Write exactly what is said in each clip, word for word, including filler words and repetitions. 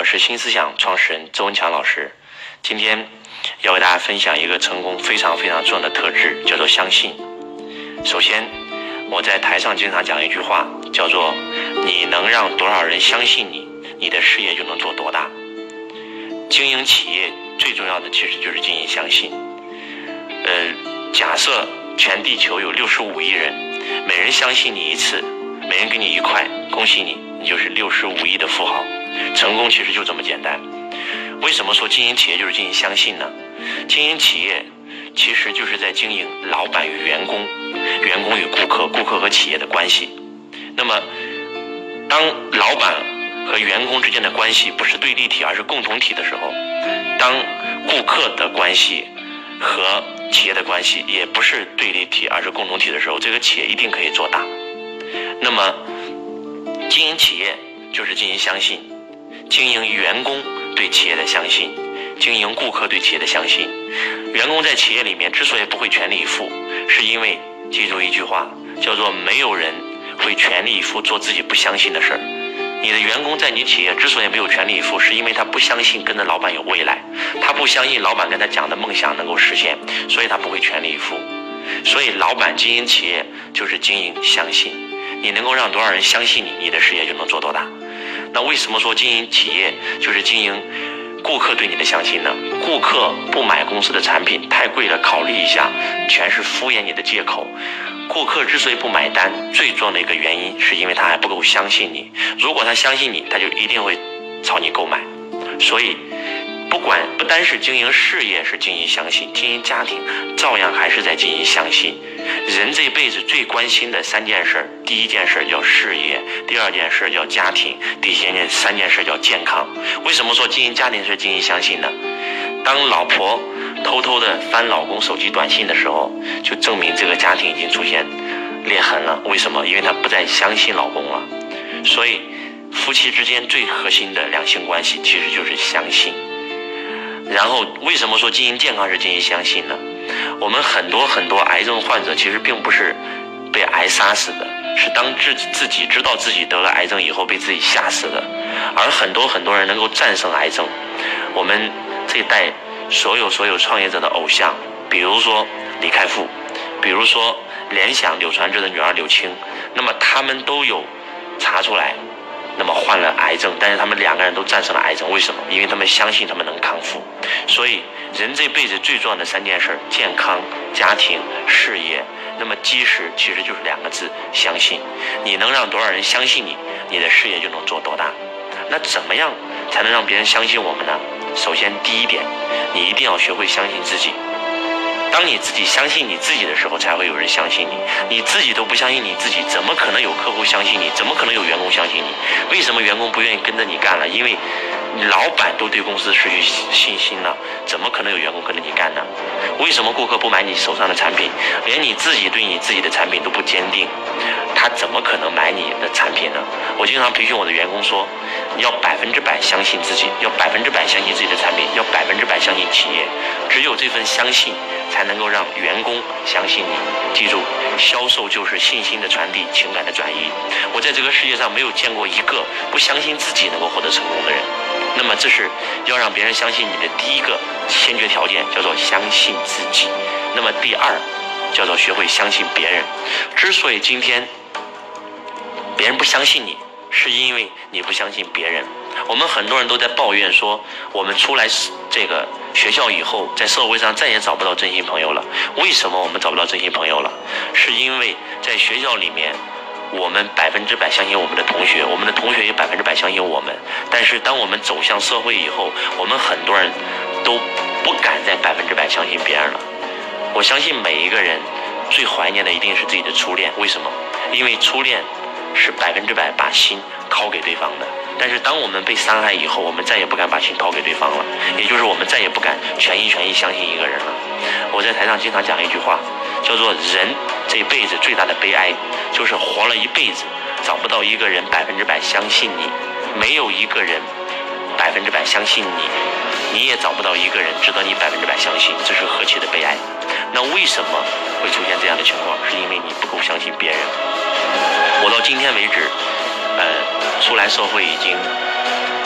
是新思想创始人周文强老师。今天要为大家分享一个成功非常非常重要的特质，叫做相信。首先，我在台上经常讲一句话，叫做你能让多少人相信你，你的事业就能做多大。经营企业最重要的其实就是经营相信。呃，假设全地球有六十五亿人，每人相信你一次，每人给你一块，恭喜你，你就是六十五亿的富豪。成功其实就这么简单。为什么说经营企业就是经营相信呢？经营企业其实就是在经营老板与员工、员工与顾客、顾客和企业的关系。那么当老板和员工之间的关系不是对立体而是共同体的时候，当顾客的关系和企业的关系也不是对立体而是共同体的时候，这个企业一定可以做大。那么经营企业就是经营相信，经营员工对企业的相信，经营顾客对企业的相信。员工在企业里面之所以不会全力以赴，是因为记住一句话，叫做没有人会全力以赴做自己不相信的事儿。你的员工在你企业之所以没有全力以赴，是因为他不相信跟着老板有未来，他不相信老板跟他讲的梦想能够实现，所以他不会全力以赴。所以老板经营企业就是经营相信，你能够让多少人相信你，你的事业就能做多大。那为什么说经营企业就是经营顾客对你的相信呢？顾客不买公司的产品太贵了，考虑一下，全是敷衍你的借口。顾客之所以不买单，最重要的一个原因是因为他还不够相信你。如果他相信你，他就一定会朝你购买。所以不管不单是经营事业是经营相信，经营家庭照样还是在经营相信。人这辈子最关心的三件事，第一件事叫事业，第二件事叫家庭，第三件事叫健康。为什么说经营家庭是经营相信呢？当老婆偷偷的翻老公手机短信的时候，就证明这个家庭已经出现裂痕了。为什么？因为她不再相信老公了。所以夫妻之间最核心的两性关系其实就是相信。然后为什么说经营健康是经营相信呢？我们很多很多癌症患者其实并不是被癌杀死的，是当自自己知道自己得了癌症以后被自己吓死的。而很多很多人能够战胜癌症，我们这一代所有所有创业者的偶像，比如说李开复，比如说联想柳传志的女儿柳青，那么他们都有查出来那么患了癌症，但是他们两个人都战胜了癌症。为什么？因为他们相信他们能康复。所以人这辈子最重要的三件事，健康、家庭、事业，那么基石其实就是两个字，相信。你能让多少人相信你，你的事业就能做多大。那怎么样才能让别人相信我们呢？首先第一点，你一定要学会相信自己。当你自己相信你自己的时候，才会有人相信你。你自己都不相信你自己，怎么可能有客户相信你？怎么可能有员工相信你？为什么员工不愿意跟着你干了？因为老板都对公司失去信心了，怎么可能有员工跟着你干呢？为什么顾客不买你手上的产品？连你自己对你自己的产品都不坚定，他怎么可能买你的产品呢？我经常培训我的员工说，你要百分之百相信自己，要百分之百相信自己的产品，要百分之百相信企业。只有这份相信，才能够让员工相信你。记住，销售就是信心的传递，情感的转移。我在这个世界上没有见过一个不相信自己能够获得成功的人。那么这是要让别人相信你的第一个先决条件，叫做相信自己。那么第二叫做学会相信别人。之所以今天别人不相信你，是因为你不相信别人。我们很多人都在抱怨说，我们出来这个学校以后，在社会上再也找不到真心朋友了。为什么我们找不到真心朋友了？是因为在学校里面，我们百分之百相信我们的同学，我们的同学也百分之百相信我们。但是当我们走向社会以后，我们很多人都不敢再百分之百相信别人了。我相信每一个人最怀念的一定是自己的初恋。为什么？因为初恋是百分之百把心掏给对方的。但是当我们被伤害以后，我们再也不敢把心掏给对方了，也就是我们再也不敢全心全意相信一个人了。我在台上经常讲一句话，叫做人这辈子最大的悲哀，就是活了一辈子找不到一个人百分之百相信你，没有一个人百分之百相信你，你也找不到一个人值得你百分之百相信，这是何其的悲哀。那为什么会出现这样的情况？是因为你不够相信别人。我到今天为止呃，出来社会已经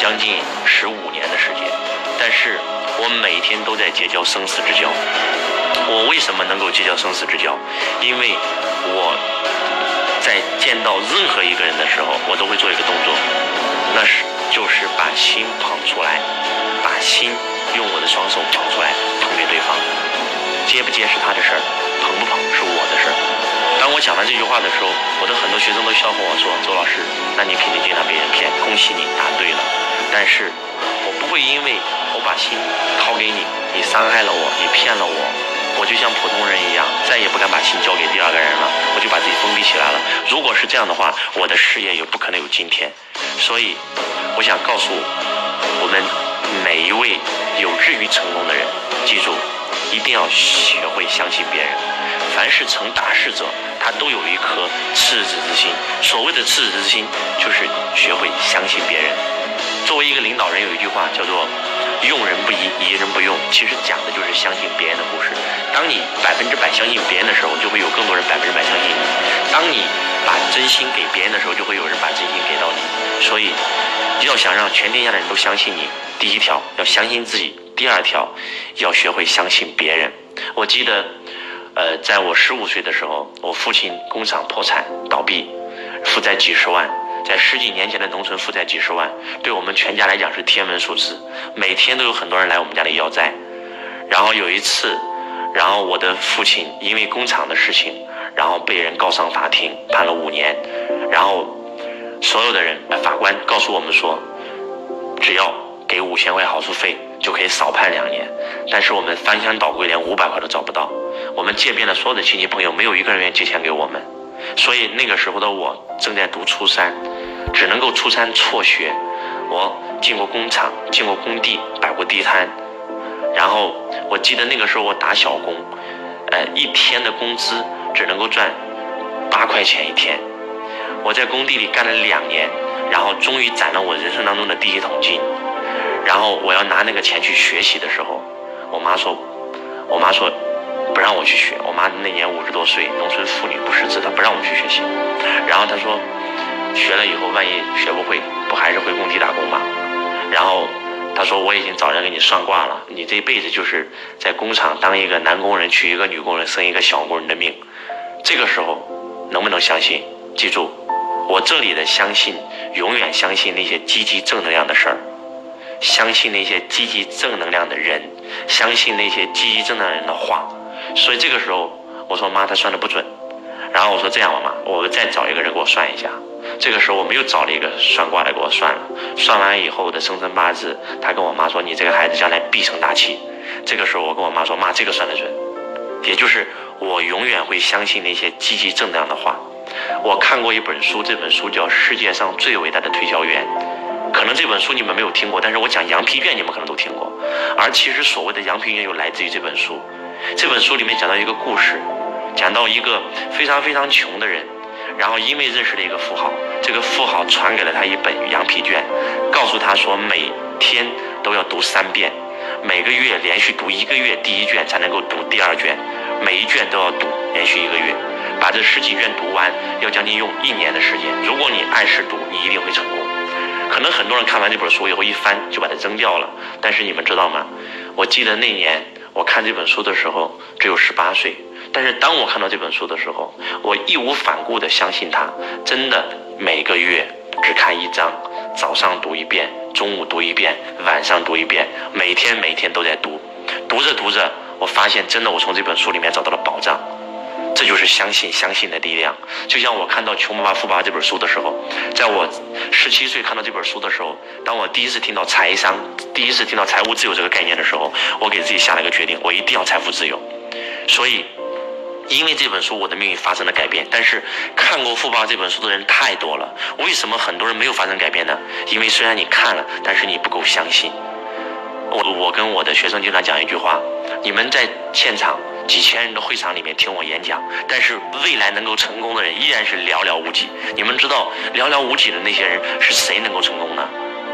将近十五年的时间，但是我每天都在结交生死之交。我为什么能够结交生死之交？因为我在见到任何一个人的时候，我都会做一个动作，那是就是把心捧出来，把心用我的双手捧出来，捧给对方。接不接是他的事儿，捧不捧是我的事儿。当我讲完这句话的时候，我的很多学生都笑话我说：“周老师，那你肯定经常被人骗，恭喜你答对了。”但是我不会因为我把心掏给你，你伤害了我，你骗了我，我就像普通人一样，再也不敢把心交给第二个人了，我就把自己封闭起来了。如果是这样的话，我的事业也不可能有今天。所以我想告诉我们每一位有志于成功的人，记住一定要学会相信别人。凡是成大事者，他都有一颗赤子之心。所谓的赤子之心，就是学会相信别人。作为一个领导人，有一句话叫做用人不疑，疑人不用，其实讲的就是相信别人的故事。当你百分之百相信别人的时候，就会有更多人百分之百相信你。当你把真心给别人的时候，就会有人把真心给到你。所以要想让全天下的人都相信你，第一条要相信自己，第二条要学会相信别人。我记得呃，在我十五岁的时候，我父亲工厂破产倒闭，负债几十万。在十几年前的农村负债几十万，对我们全家来讲是天文数字，每天都有很多人来我们家里要债。然后有一次，然后我的父亲因为工厂的事情，然后被人告上法庭，判了五年。然后所有的人，法官告诉我们说，只要给五千块好处费就可以少判两年。但是我们翻箱倒柜，连五百块都找不到。我们借遍了所有的亲戚朋友，没有一个人愿意借钱给我们。所以那个时候的我正在读初三，只能够初三辍学。我进过工厂，进过工地，摆过地摊。然后我记得那个时候我打小工，呃，一天的工资只能够赚八块钱一天。我在工地里干了两年，然后终于攒了我人生当中的第一桶金。然后我要拿那个钱去学习的时候，我妈说，我妈说不让我去学。我妈那年五十多岁，农村妇女不识字，她不让我去学习。然后她说，学了以后万一学不会，不还是回工地打工吗？然后她说，我已经找人给你算卦了，你这辈子就是在工厂当一个男工人，娶一个女工人，生一个小工人的命。这个时候能不能相信？记住，我这里的相信，永远相信那些积极正能量的事儿，相信那些积极正能量的人，相信那些积极正能量人的话。所以这个时候我说，妈，他算的不准。然后我说，这样吧，妈，我再找一个人给我算一下。这个时候我们又找了一个算卦的给我算了。算完以后的生辰八字，他跟我妈说，你这个孩子将来必成大器。这个时候我跟我妈说，妈，这个算得准。也就是我永远会相信那些积极正能量的话。我看过一本书，这本书叫《世界上最伟大的推销员》。可能这本书你们没有听过，但是我讲羊皮卷你们可能都听过。而其实所谓的羊皮卷又来自于这本书。这本书里面讲到一个故事，讲到一个非常非常穷的人，然后因为认识了一个富豪，这个富豪传给了他一本羊皮卷，告诉他说每天都要读三遍，每个月连续读一个月第一卷才能够读第二卷，每一卷都要读连续一个月，把这十几卷读完要将近用一年的时间。如果你按时读，你一定会成功。可能很多人看完这本书以后一翻就把它扔掉了，但是你们知道吗？我记得那年我看这本书的时候只有十八岁，但是当我看到这本书的时候，我义无反顾地相信它，真的每个月只看一章，早上读一遍，中午读一遍，晚上读一遍，每天每天都在读。读着读着，我发现真的我从这本书里面找到了宝藏。这就是相信相信的力量。就像我看到《穷爸爸富爸爸》这本书的时候，在我十七岁看到这本书的时候，当我第一次听到财商，第一次听到财务自由这个概念的时候，我给自己下了一个决定，我一定要财富自由。所以因为这本书我的命运发生了改变。但是看过《富爸爸》这本书的人太多了，为什么很多人没有发生改变呢？因为虽然你看了，但是你不够相信。我我跟我的学生经常讲一句话，你们在现场几千人的会场里面听我演讲，但是未来能够成功的人依然是寥寥无几。你们知道寥寥无几的那些人是谁能够成功呢？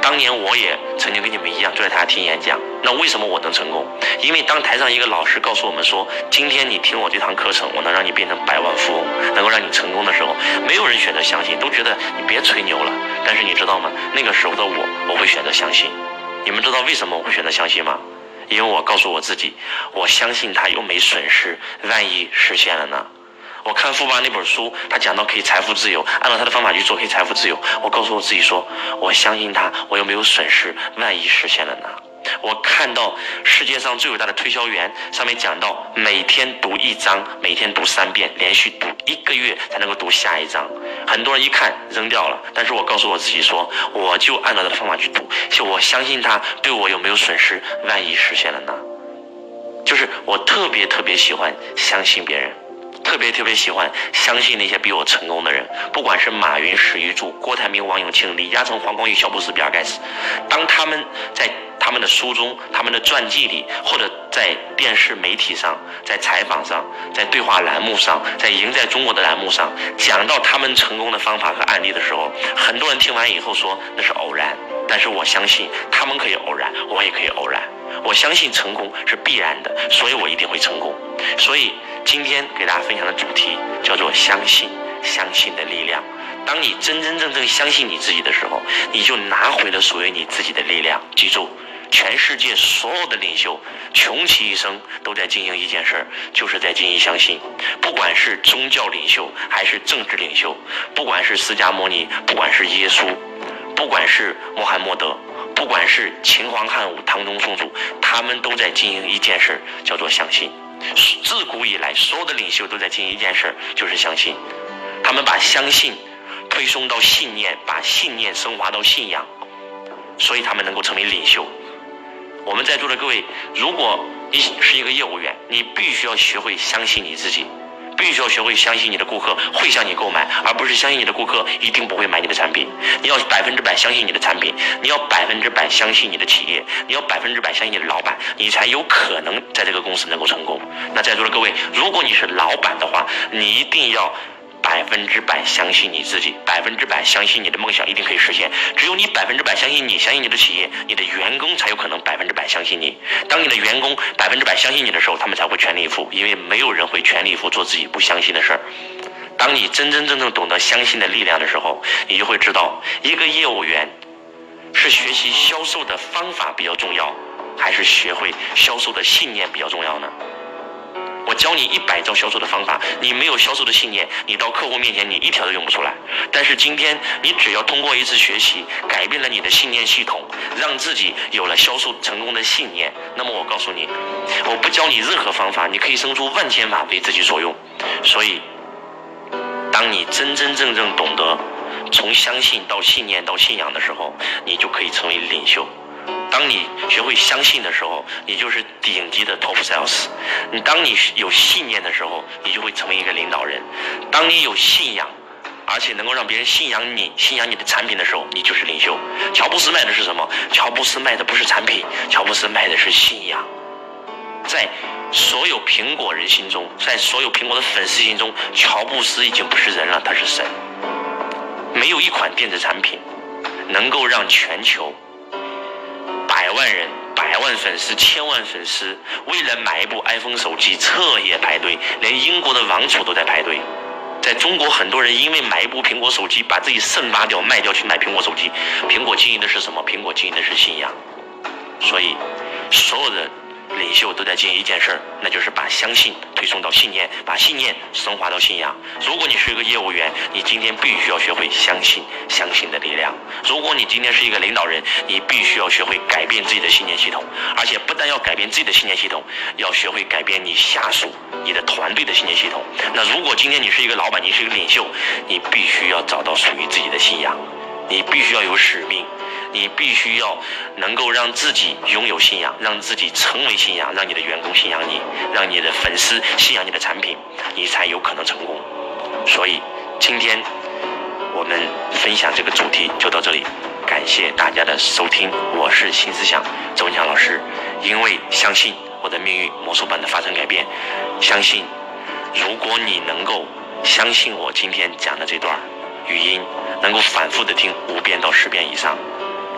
当年我也曾经跟你们一样坐在台下听演讲，那为什么我能成功？因为当台上一个老师告诉我们说，今天你听我这堂课程，我能让你变成百万富翁，能够让你成功的时候，没有人选择相信，都觉得你别吹牛了。但是你知道吗？那个时候的我，我会选择相信。你们知道为什么我会选择相信吗？因为我告诉我自己，我相信他又没损失，万一实现了呢？我看富爸那本书，他讲到可以财富自由，按照他的方法去做可以财富自由。我告诉我自己说，我相信他，我又没有损失，万一实现了呢？我看到世界上最伟大的推销员上面讲到，每天读一章，每天读三遍，连续读一个月才能够读下一章。很多人一看扔掉了，但是我告诉我自己说，我就按照他的方法去读，就我相信他对我有没有损失，万一实现了呢？就是我特别特别喜欢相信别人，特别特别喜欢相信那些比我成功的人，不管是马云、史玉柱、郭台铭、王永庆、李嘉诚、黄光裕、乔布斯、比尔盖茨，当他们在他们的书中、他们的传记里，或者在电视媒体上、在采访上、在对话栏目上、在赢在中国的栏目上讲到他们成功的方法和案例的时候，很多人听完以后说那是偶然，但是我相信他们可以偶然，我也可以偶然。我相信成功是必然的，所以我一定会成功。所以今天给大家分享的主题叫做相信，相信的力量。当你真真正正相信你自己的时候，你就拿回了属于你自己的力量。记住，全世界所有的领袖穷其一生都在进行一件事儿，就是在进行相信。不管是宗教领袖还是政治领袖，不管是释迦牟尼，不管是耶稣，不管是穆罕默德，不管是秦皇汉武、唐宗宋祖，他们都在进行一件事，叫做相信。自古以来，所有的领袖都在进行一件事，就是相信。他们把相信推送到信念，把信念升华到信仰，所以他们能够成为领袖。我们在座的各位，如果你是一个业务员，你必须要学会相信你自己，必须要学会相信你的顾客会向你购买，而不是相信你的顾客一定不会买你的产品。你要百分之百相信你的产品，你要百分之百相信你的企业，你要百分之百相信你的老板，你才有可能在这个公司能够成功。那在座的各位，如果你是老板的话，你一定要百分之百相信你自己，百分之百相信你的梦想一定可以实现。只有你百分之百相信你，相信你的企业，你的员工才有可能百分之百相信你。当你的员工百分之百相信你的时候，他们才会全力以赴，因为没有人会全力以赴做自己不相信的事儿。当你真真正正懂得相信的力量的时候，你就会知道，一个业务员是学习销售的方法比较重要，还是学会销售的信念比较重要呢？我教你一百招销售的方法，你没有销售的信念，你到客户面前你一条都用不出来。但是今天你只要通过一次学习，改变了你的信念系统，让自己有了销售成功的信念，那么我告诉你，我不教你任何方法，你可以生出万千法为自己所用。所以当你真真正正懂得从相信到信念到信仰的时候，你就可以成为领袖。当你学会相信的时候，你就是顶级的 top sales。你当你有信念的时候，你就会成为一个领导人。当你有信仰，而且能够让别人信仰你、信仰你的产品的时候，你就是领袖。乔布斯卖的是什么？乔布斯卖的不是产品，乔布斯卖的是信仰。在所有苹果人心中，在所有苹果的粉丝心中，乔布斯已经不是人了，他是神。没有一款电子产品能够让全球百万人、百万粉丝、千万粉丝为了买一部 iPhone 手机彻夜排队，连英国的王储都在排队。在中国，很多人因为买一部苹果手机把自己肾挖掉卖掉去买苹果手机。苹果经营的是什么？苹果经营的是信仰。所以所有的领袖都在进行一件事儿，那就是把相信推送到信念，把信念升华到信仰。如果你是一个业务员，你今天必须要学会相信，相信的力量。如果你今天是一个领导人，你必须要学会改变自己的信念系统，而且不但要改变自己的信念系统，要学会改变你下属、你的团队的信念系统。那如果今天你是一个老板，你是一个领袖，你必须要找到属于自己的信仰，你必须要有使命，你必须要能够让自己拥有信仰，让自己成为信仰，让你的员工信仰你，让你的粉丝信仰你的产品，你才有可能成功。所以今天我们分享这个主题就到这里，感谢大家的收听，我是新思想周文强老师。因为相信我的命运魔术般的发生改变，相信如果你能够相信我今天讲的这段语音，能够反复的听五遍到十遍以上，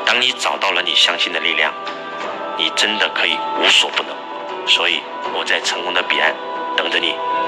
当你找到了你相信的力量，你真的可以无所不能。所以我在成功的彼岸等着你。